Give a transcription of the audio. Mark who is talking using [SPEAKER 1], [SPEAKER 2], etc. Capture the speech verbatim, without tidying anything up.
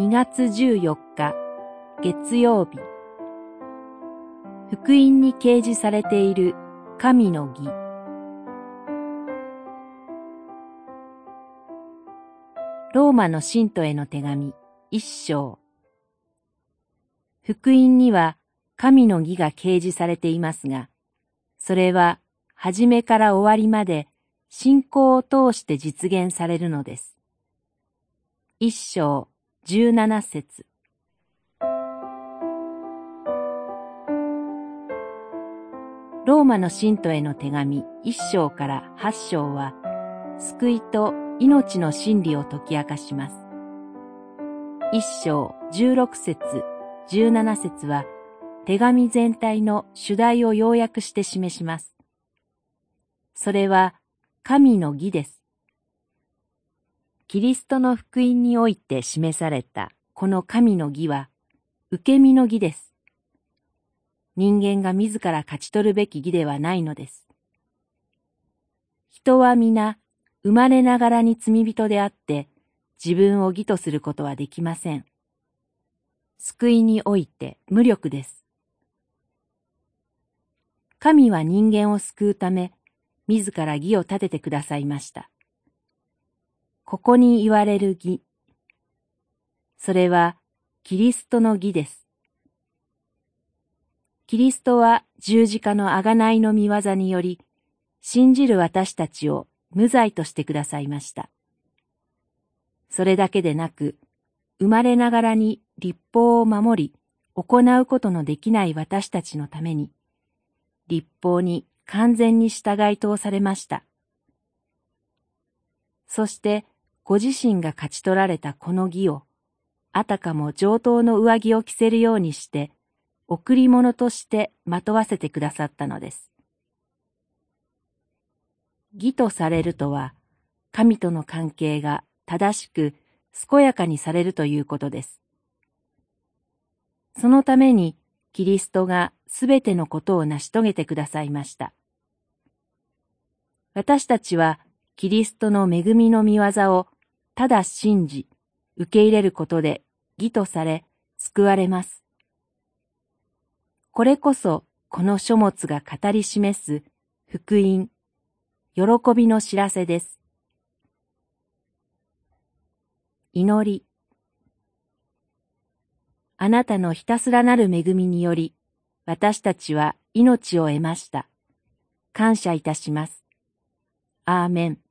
[SPEAKER 1] にがつじゅうよっか月曜日。福音に掲示されている神の義。ローマの信徒への手紙一章。福音には神の義が掲示されていますが、それは初めから終わりまで信仰を通して実現されるのです。一章十七節。ローマの信徒への手紙一章から八章は、救いと命の真理を解き明かします。一章十六節、十七節は、手紙全体の主題を要約して示します。それは、神の義です。キリストの福音において示されたこの神の義は、受け身の義です。人間が自ら勝ち取るべき義ではないのです。人は皆、生まれながらに罪人であって、自分を義とすることはできません。救いにおいて無力です。神は人間を救うため、自ら義を立ててくださいました。ここに言われる義。それは、キリストの義です。キリストは十字架の贖いの御業により、信じる私たちを無罪としてくださいました。それだけでなく、生まれながらに律法を守り、行うことのできない私たちのために、律法に完全に従い通されました。そして、ご自身が勝ち取られたこの義を、あたかも上等の上着を着せるようにして、贈り物としてまとわせてくださったのです。義とされるとは、神との関係が正しく健やかにされるということです。そのためにキリストがすべてのことを成し遂げてくださいました。私たちはキリストの恵みの御業をただ信じ、受け入れることで義とされ救われます。これこそこの書物が語り示す福音、喜びの知らせです。祈り。あなたのひたすらなる恵みにより、私たちは命を得ました。感謝いたします。アーメン。